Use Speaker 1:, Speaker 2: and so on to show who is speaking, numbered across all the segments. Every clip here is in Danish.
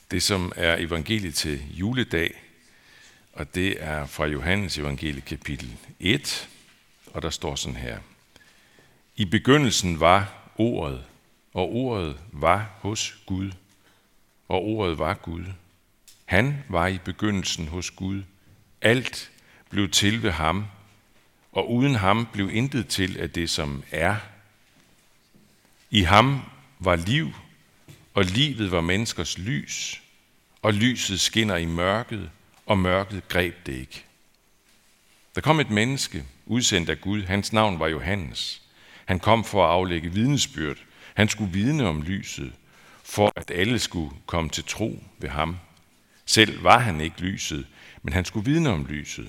Speaker 1: det, som er evangeliet til juledag, og det er fra Johannes evangeliet kapitel 1, og der står sådan her. I begyndelsen var ordet, og ordet var hos Gud, og ordet var Gud. Han var i begyndelsen hos Gud. Alt blev til ved ham, og uden ham blev intet til af det, som er. I ham var liv, og livet var menneskers lys, og lyset skinner i mørket, og mørket greb det ikke. Der kom et menneske, udsendt af Gud. Hans navn var Johannes. Han kom for at aflægge vidnesbyrd. Han skulle vidne om lyset, for at alle skulle komme til tro ved ham. Selv var han ikke lyset, men han skulle vidne om lyset.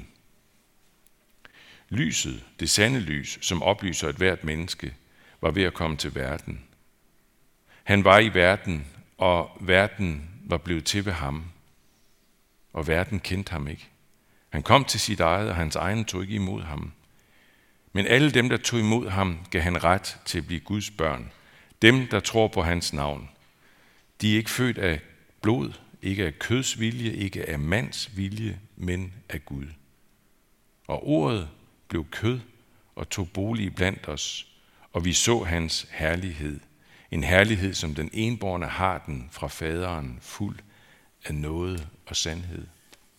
Speaker 1: Lyset, det sande lys, som oplyser et hvert menneske, var ved at komme til verden. Han var i verden, og verden var blevet til ved ham, og verden kendte ham ikke. Han kom til sit eget, og hans egen tog ikke imod ham. Men alle dem, der tog imod ham, gav han ret til at blive Guds børn. Dem, der tror på hans navn. De er ikke født af blod, ikke af køds vilje, ikke af mands vilje, men af Gud. Og ordet blev kød og tog bolig blandt os, og vi så hans herlighed. En herlighed, som den enbårne har den fra faderen, fuld af nåde og sandhed.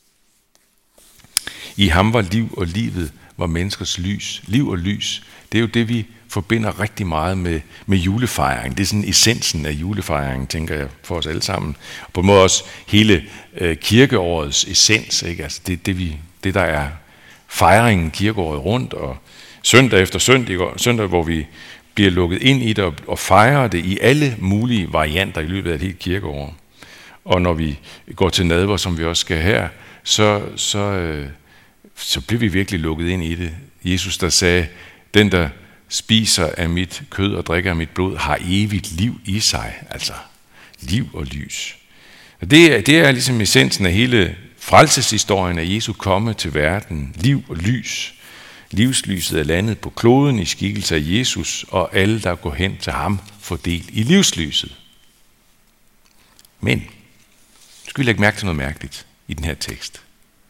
Speaker 1: I ham var liv, og livet var menneskers lys. Liv og lys, det er jo det, vi forbinder rigtig meget med julefejring. Det er sådan essensen af julefejringen, tænker jeg, for os alle sammen. Og på en måde også hele kirkeårets essens. Ikke? Altså det, der er fejringen kirkeåret rundt, og søndag efter søndag, hvor vi bliver lukket ind i det og fejrer det i alle mulige varianter i løbet af et helt kirkeår. Og når vi går til nadver, som vi også skal her, så bliver vi virkelig lukket ind i det. Jesus, der sagde, den der spiser af mit kød og drikker af mit blod, har evigt liv i sig. Altså liv og lys. Og det er ligesom essensen af hele frelseshistorien af Jesu komme til verden. Liv og lys. Livslyset er landet på kloden i skikkelse af Jesus, og alle, der går hen til ham, får del i livslyset. Men, nu skal vi lægge mærke til noget mærkeligt i den her tekst.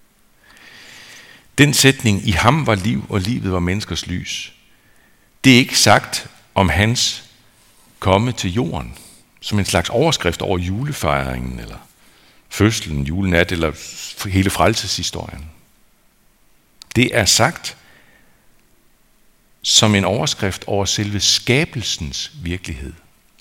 Speaker 1: Den sætning, i ham var liv, og livet var menneskers lys, det er ikke sagt om hans komme til jorden, som en slags overskrift over julefejringen, eller fødslen, julenat, eller hele frelseshistorien. Det er sagt som en overskrift over selve skabelsens virkelighed.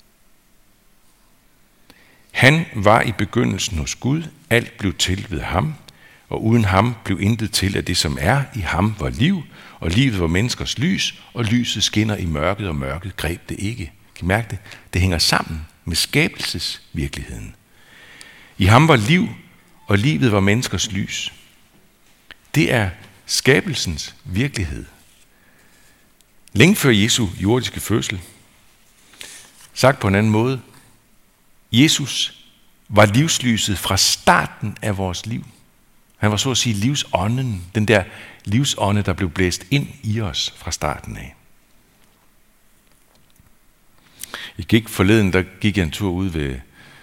Speaker 1: Han var i begyndelsen hos Gud, alt blev til ved ham, og uden ham blev intet til af det, som er. I ham var liv, og livet var menneskers lys, og lyset skinner i mørket, og mørket greb det ikke. Kan I mærke det? Det hænger sammen med skabelsesvirkeligheden. I ham var liv, og livet var menneskers lys. Det er skabelsens virkelighed. Længe før Jesu jordiske fødsel, sagt på en anden måde, Jesus var livslyset fra starten af vores liv. Han var så at sige livsånden, den der livsånde, der blev blæst ind i os fra starten af. Der gik jeg en tur ud ved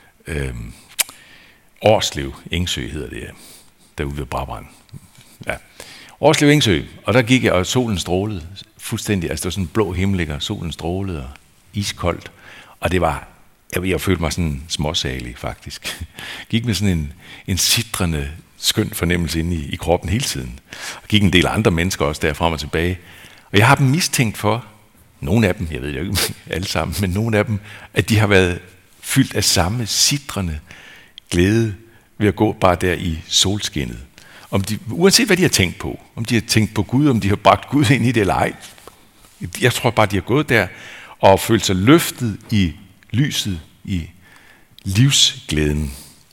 Speaker 1: Årslev, Engsø hedder det, derude ved Brabrand. Ja. Årslev, Engsø, og der gik jeg, og solen strålede fuldstændig, altså det var sådan en blå himmel, og solen strålede, og iskoldt, og det var, jeg følte mig sådan småsalig faktisk. Gik med sådan en sitrende, skøn fornemmelse inde i kroppen hele tiden. Og gik en del andre mennesker også der frem og tilbage. Og jeg har dem mistænkt for, nogle af dem, jeg ved jo ikke alle sammen, men nogle af dem, at de har været fyldt af samme sitrende glæde ved at gå bare der i solskinnet. Uanset hvad de har tænkt på, om de har tænkt på Gud, om de har bragt Gud ind i det eller ej. Jeg tror bare, de har gået der og følt sig løftet i lyset, i livsglæden.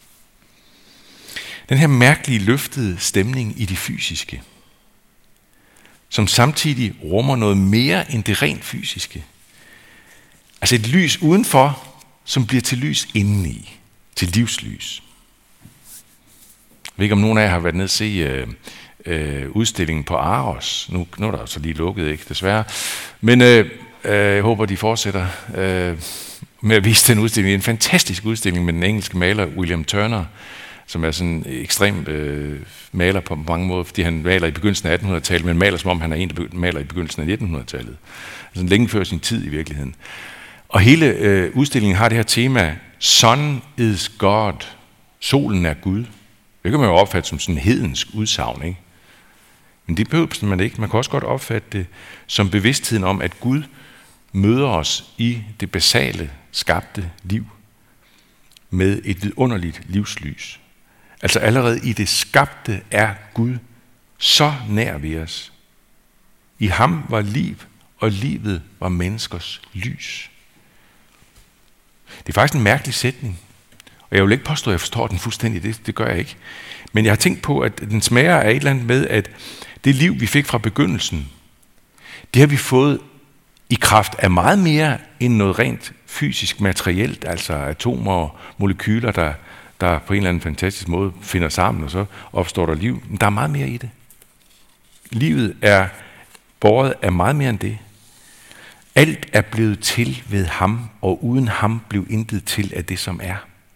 Speaker 1: Den her mærkelige løftede stemning i det fysiske, som samtidig rummer noget mere end det rent fysiske. Altså et lys udenfor, som bliver til lys indeni, til livslys. Jeg ved ikke, om nogen af jer har været nede og se udstillingen på Aros. Nu er der så lige lukket, ikke desværre. Men jeg håber, de fortsætter. med at vise den udstilling. Det er en fantastisk udstilling med den engelske maler William Turner, som er sådan en ekstrem maler på mange måder, fordi han maler i begyndelsen af 1800-tallet, men maler som om han er en, der maler i begyndelsen af 1900-tallet. Altså længe før sin tid i virkeligheden. Og hele udstillingen har det her tema, Sun is God. Solen er Gud. Det kan man jo opfatte som sådan en hedensk udsagn, ikke? Men det behøver man ikke. Man kan også godt opfatte det som bevidstheden om, at Gud møder os i det basale, skabte liv med et vidunderligt livslys. Altså allerede i det skabte er Gud så nær ved os. I ham var liv, og livet var menneskers lys. Det er faktisk en mærkelig sætning, og jeg vil ikke påstå, at jeg forstår den fuldstændig, det gør jeg ikke. Men jeg har tænkt på, at den smager af et eller andet med, at det liv, vi fik fra begyndelsen, det har vi fået i kraft af meget mere end noget rent fysisk materielt, altså atomer og molekyler, der på en eller anden fantastisk måde finder sammen, og så opstår der liv. Men der er meget mere i det. Livet er båret af meget mere end det. Alt er blevet til ved ham, og uden ham blev intet til af det, som er.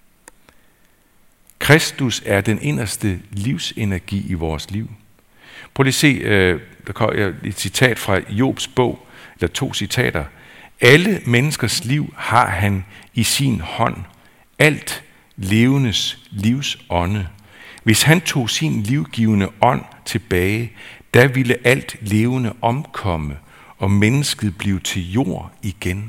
Speaker 1: Kristus er den inderste livsenergi i vores liv. Prøv lige at se, der kommer et citat fra Jobs bog, eller 2 citater. Alle menneskers liv har han i sin hånd. Alt levendes livsånde. Hvis han tog sin livgivende ånd tilbage, der ville alt levende omkomme, og mennesket blive til jord igen.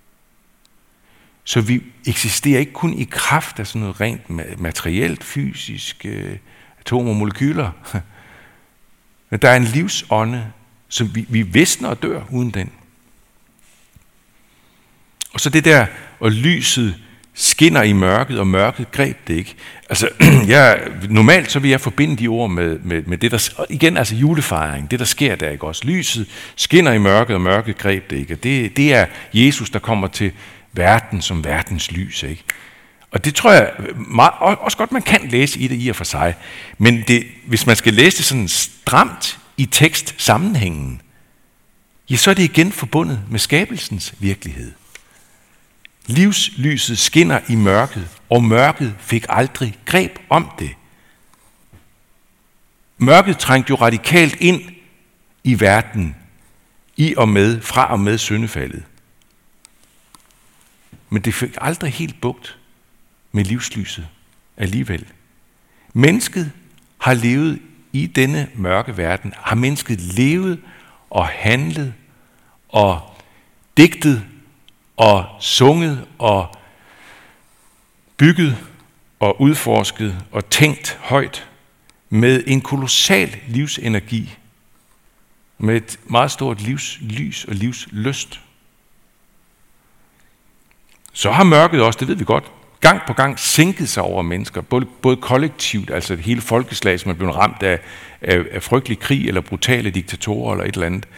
Speaker 1: Så vi eksisterer ikke kun i kraft af sådan noget rent materielt, fysisk, atomer og molekyler. Men der er en livsånde, som vi visner og dør uden den. Og så det der, og lyset skinner i mørket, og mørket greb det ikke. Altså, normalt så vil jeg forbinde de ord med det, der igen, altså julefejring, det der sker der, ikke også? Lyset skinner i mørket, og mørket greb det ikke. Og det er Jesus, der kommer til verden som verdens lys, ikke? Og det tror jeg også godt, man kan læse i det i og for sig. Men hvis man skal læse det sådan stramt i tekstsammenhængen, ja, så er det igen forbundet med skabelsens virkelighed. Livslyset skinner i mørket, og mørket fik aldrig greb om det. Mørket trængte jo radikalt ind i verden, fra og med syndefaldet. Men det fik aldrig helt bugt med livslyset alligevel. Mennesket har levet i denne mørke verden, har mennesket levet og handlet og digtet og sunget og bygget og udforsket og tænkt højt med en kolossal livsenergi, med et meget stort livslys og livslyst. Så har mørket også, det ved vi godt, gang på gang sænket sig over mennesker, både kollektivt, altså et hele folkeslag, som er blevet ramt af frygtelig krig eller brutale diktatorer eller et eller andet.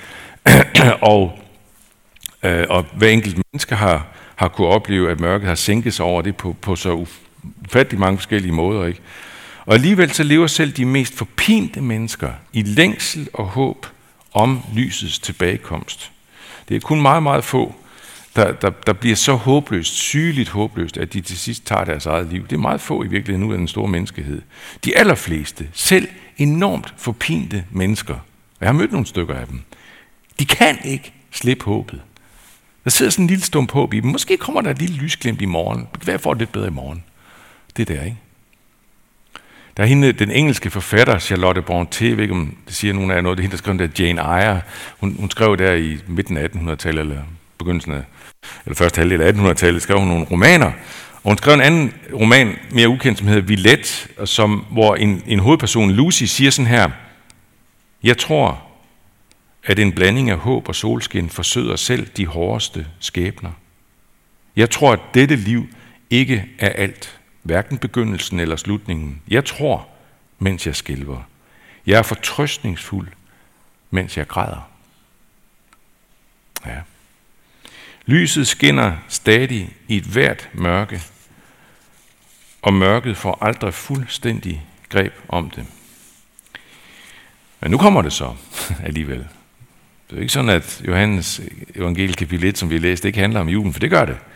Speaker 1: Og hver enkelt menneske har kunne opleve, at mørket har sænket sig over det på så ufattelig mange forskellige måder, ikke? Og alligevel så lever selv de mest forpinte mennesker i længsel og håb om lysets tilbagekomst. Det er kun meget, meget få, der bliver så håbløst, sygeligt håbløst, at de til sidst tager deres eget liv. Det er meget få i virkeligheden ud af den store menneskehed. De allerfleste, selv enormt forpinte mennesker, og jeg har mødt nogle stykker af dem, de kan ikke slippe håbet. Der sidder sådan en lille stump håb i dem. Måske kommer der et lille lysglimt i morgen. Det kan være, jeg får det lidt bedre i morgen. Det der, ikke? Der er den engelske forfatter, Charlotte Brontë, jeg ved ikke, om det siger nogen af noget, det er hende, der skrev der Jane Eyre. Hun skrev der i midten af 1800-tallet, eller begyndelsen af, eller første halvdel af 1800-tallet, skrev hun nogle romaner. Og hun skrev en anden roman, mere ukendt, som hedder Villette, hvor en hovedperson, Lucy, siger sådan her: Jeg tror, at en blanding af håb og solskin forsøder selv de hårdeste skæbner. Jeg tror, at dette liv ikke er alt, hverken begyndelsen eller slutningen. Jeg tror, mens jeg skælver. Jeg er fortrøstningsfuld, mens jeg græder. Ja. Lyset skinner stadig i et hvert mørke, og mørket får aldrig fuldstændig greb om det. Men nu kommer det så alligevel. Det er ikke sådan, at Johannes evangelie kapitel 1, som vi læste, ikke handler om julen, for det gør det.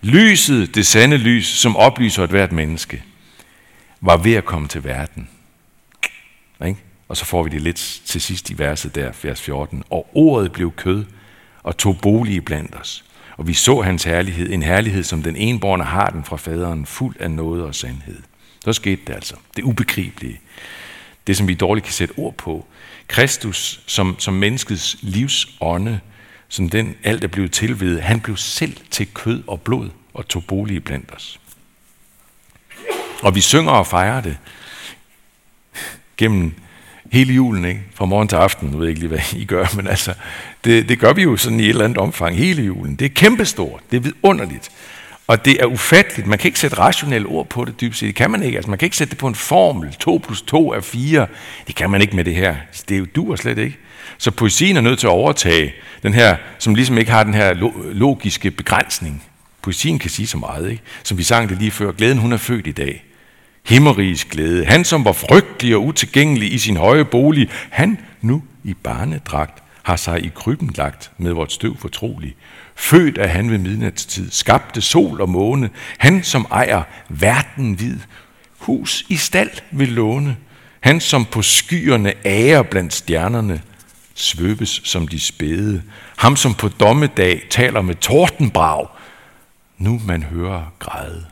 Speaker 1: Lyset, det sande lys, som oplyser et hvert menneske, var ved at komme til verden. Ikke? Og så får vi det lidt til sidst i verset der, vers 14. Og ordet blev kød og tog bolig blandt os. Og vi så hans herlighed, en herlighed, som den enbårne har den fra faderen, fuld af nåde og sandhed. Så skete det altså. Det ubegribelige. Det, som vi dårligt kan sætte ord på. Kristus, som menneskets livsånde, som den alt er blevet til ved, han blev selv til kød og blod og tog bolig blandt os. Og vi synger og fejrer det gennem hele julen, ikke? Fra morgen til aften. Nu ved jeg ikke lige, hvad I gør, men altså, det gør vi jo sådan i et eller andet omfang hele julen. Det er kæmpestort, det er vidunderligt, og det er ufatteligt. Man kan ikke sætte rationelle ord på det dybest set. Det kan man ikke. Altså, man kan ikke sætte det på en formel. 2 + 2 er 4. Det kan man ikke med det her. Det er jo duer slet ikke. Så poesien er nødt til at overtage den her, som ligesom ikke har den her logiske begrænsning. Poesien kan sige så meget, ikke? Som vi sang det lige før. Glæden, hun er født i dag. Himmerigs glæde. Han, som var frygtelig og utilgængelig i sin høje bolig, han nu i barnedragt har sig i krybben lagt med vort støv fortrolig. Født er han ved midnatstid, skabte sol og måne. Han, som ejer verden vid, hus i stald vil låne. Han, som på skyerne ærer blandt stjernerne, svøbes som de spæde. Ham, som på dommedag taler med tordenbrag, nu man hører græde.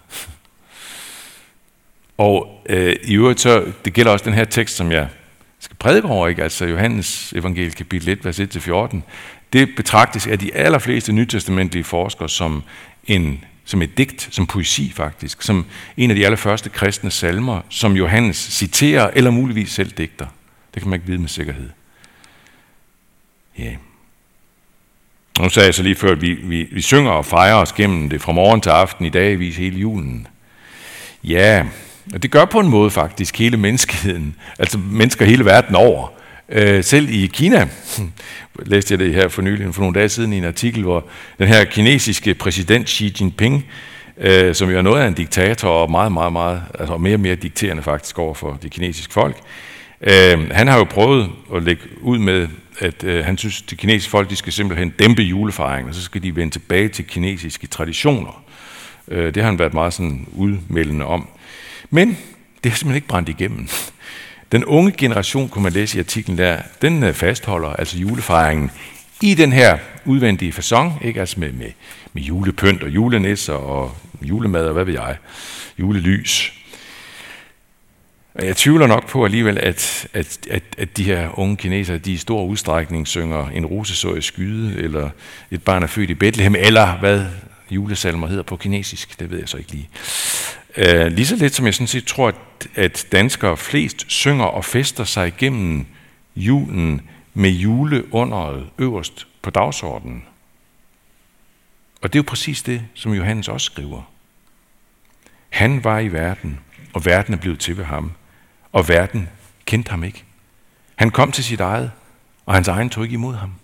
Speaker 1: Og i øvrigt så, det gælder også den her tekst, som jeg skal prædike over, ikke? Altså Johannes evangeliet kapitel 1, vers 1-14. Det betragtes af de allerfleste nytestamentlige forskere som et digt, som poesi faktisk, som en af de allerførste kristne salmer, som Johannes citerer eller muligvis selv digter. Det kan man ikke vide med sikkerhed. Ja. Nu sagde jeg så lige før, at vi synger og fejrer os gennem det fra morgen til aften i dagvis hele julen. Ja, og det gør på en måde faktisk hele menneskeheden, altså mennesker hele verden over. Selv i Kina, læste jeg det her for nogle dage siden i en artikel, hvor den her kinesiske præsident Xi Jinping, som jo er noget af en diktator og meget, altså mere og mere dikterende faktisk over for det kinesiske folk, han har jo prøvet at lægge ud med, at han synes, at de kinesiske folk, de skal simpelthen dæmpe julefejringen, og så skal de vende tilbage til kinesiske traditioner. Det har han været meget sådan udmeldende om. Men det er simpelthen ikke brændt igennem. Den unge generation, kunne man læse i artiklen der, den fastholder altså julefejringen i den her udvendige facon, ikke? Altså med julepynt og julenisser og julemad og hvad ved jeg, julelys. Og jeg tvivler nok på alligevel, at de her unge kinesere, de i stor udstrækning synger En rose så jeg skyde, eller Et barn er født i Bethlehem, eller hvad julesalmer hedder på kinesisk, det ved jeg så ikke lige. Lige så lidt som jeg sådan set tror, at danskere flest synger og fester sig igennem julen med juleunderet øverst på dagsordenen. Og det er jo præcis det, som Johannes også skriver. Han var i verden, og verden er blevet til ved ham, og verden kendte ham ikke. Han kom til sit eget, og hans egen tog ikke imod ham.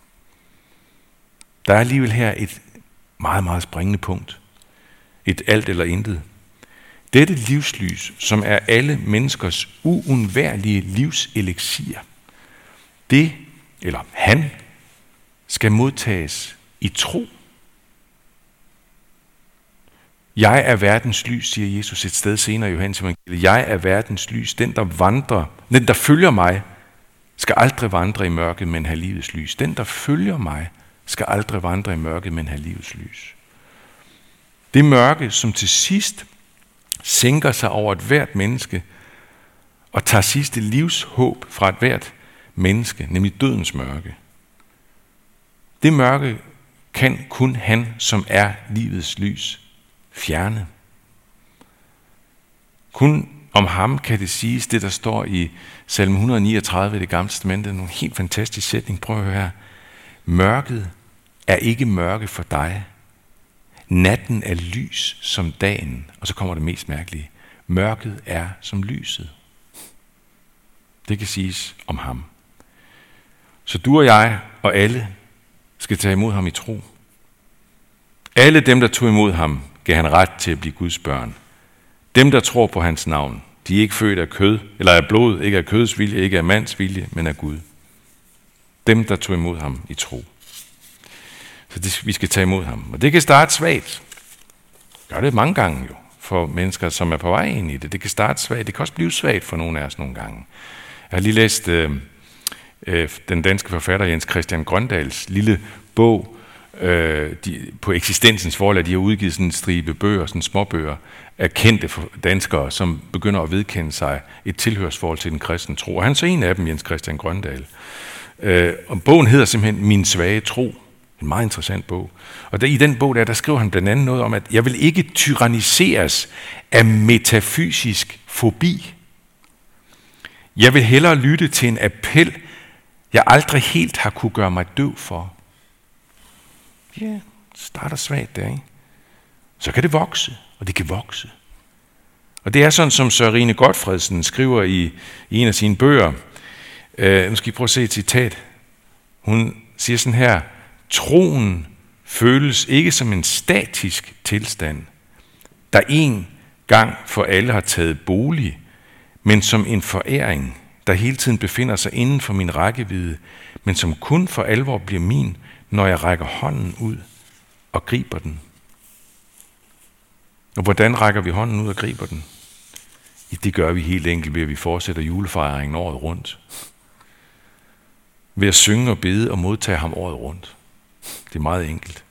Speaker 1: Der er alligevel her et meget springende punkt. Et alt eller intet. Dette livslys, som er alle menneskers uundværlige livseliksir, det, eller han, skal modtages i tro. Jeg er verdens lys, siger Jesus et sted senere i Johannes evangeliet. Jeg er verdens lys. Den, der følger mig, skal aldrig vandre i mørket, men have livets lys. Den, der følger mig, skal aldrig vandre i mørket, men have livets lys. Det mørke, som til sidst sænker sig over et hvert menneske og tager sidste livshåb fra et hvert menneske, nemlig dødens mørke. Det mørke kan kun han, som er livets lys, fjerne. Kun om ham kan det siges, det der står i Salme 139 i Det Gamle Testamente, en helt fantastisk sætning. Prøv at høre her. Mørket er ikke mørke for dig. Natten er lys som dagen. Og så kommer det mest mærkelige. Mørket er som lyset. Det kan siges om ham. Så du og jeg og alle skal tage imod ham i tro. Alle dem, der tog imod ham, gav han ret til at blive Guds børn. Dem, der tror på hans navn, de er ikke født af kød, eller af blod, ikke af køds vilje, ikke af mands vilje, men af Gud. Dem, der tog imod ham i tro. Så vi skal tage imod ham. Og det kan starte svagt. gør det mange gange jo, for mennesker, som er på vej ind i det. Det kan starte svagt, det kan også blive svagt for nogle af os nogle gange. Jeg har lige læst den danske forfatter Jens Christian Grøndahls lille bog på eksistensens forlag. De har udgivet sådan en stribe bøger, sådan småbøger af kendte danskere, som begynder at vedkende sig et tilhørsforhold til den kristne tro. Og han er så en af dem, Jens Christian Grøndahl. Og bogen hedder simpelthen Min svage tro. En meget interessant bog. Og i den bog der skriver han blandt andet noget om, at jeg vil ikke tyranniseres af metafysisk fobi. Jeg vil hellere lytte til en appel, jeg aldrig helt har kunne gøre mig døv for. Ja, starter svagt der, ikke? Så kan det vokse, og det kan vokse. Og det er sådan, som Sørine Gotfredsen skriver i en af sine bøger. Nu skal I prøve at se et citat. Hun siger sådan her: troen føles ikke som en statisk tilstand, der en gang for alle har taget bolig, men som en foræring, der hele tiden befinder sig inden for min rækkevidde, men som kun for alvor bliver min, når jeg rækker hånden ud og griber den. Og hvordan rækker vi hånden ud og griber den? Det gør vi helt enkelt ved, at vi fortsætter julefejringen året rundt. Ved at synge og bede og modtage ham året rundt. Det er meget enkelt.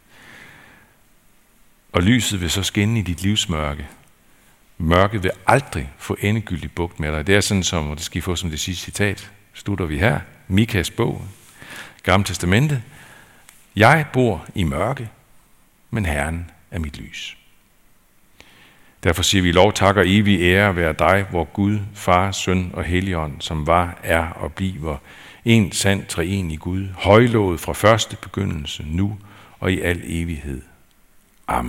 Speaker 1: Og lyset vil så skinne i dit livsmørke. Mørket vil aldrig få endegyldigt bugt med dig. Det er sådan som, og det skal I få som det sidste citat, slutter vi her. Mikas bog, Gamle Testamente. Jeg bor i mørke, men Herren er mit lys. Derfor siger vi lov, tak og evig ære være dig, vor Gud, Far, Søn og Helligånd, som var, er og bliver en sand treenig Gud, højlovet fra første begyndelse, nu og i al evighed.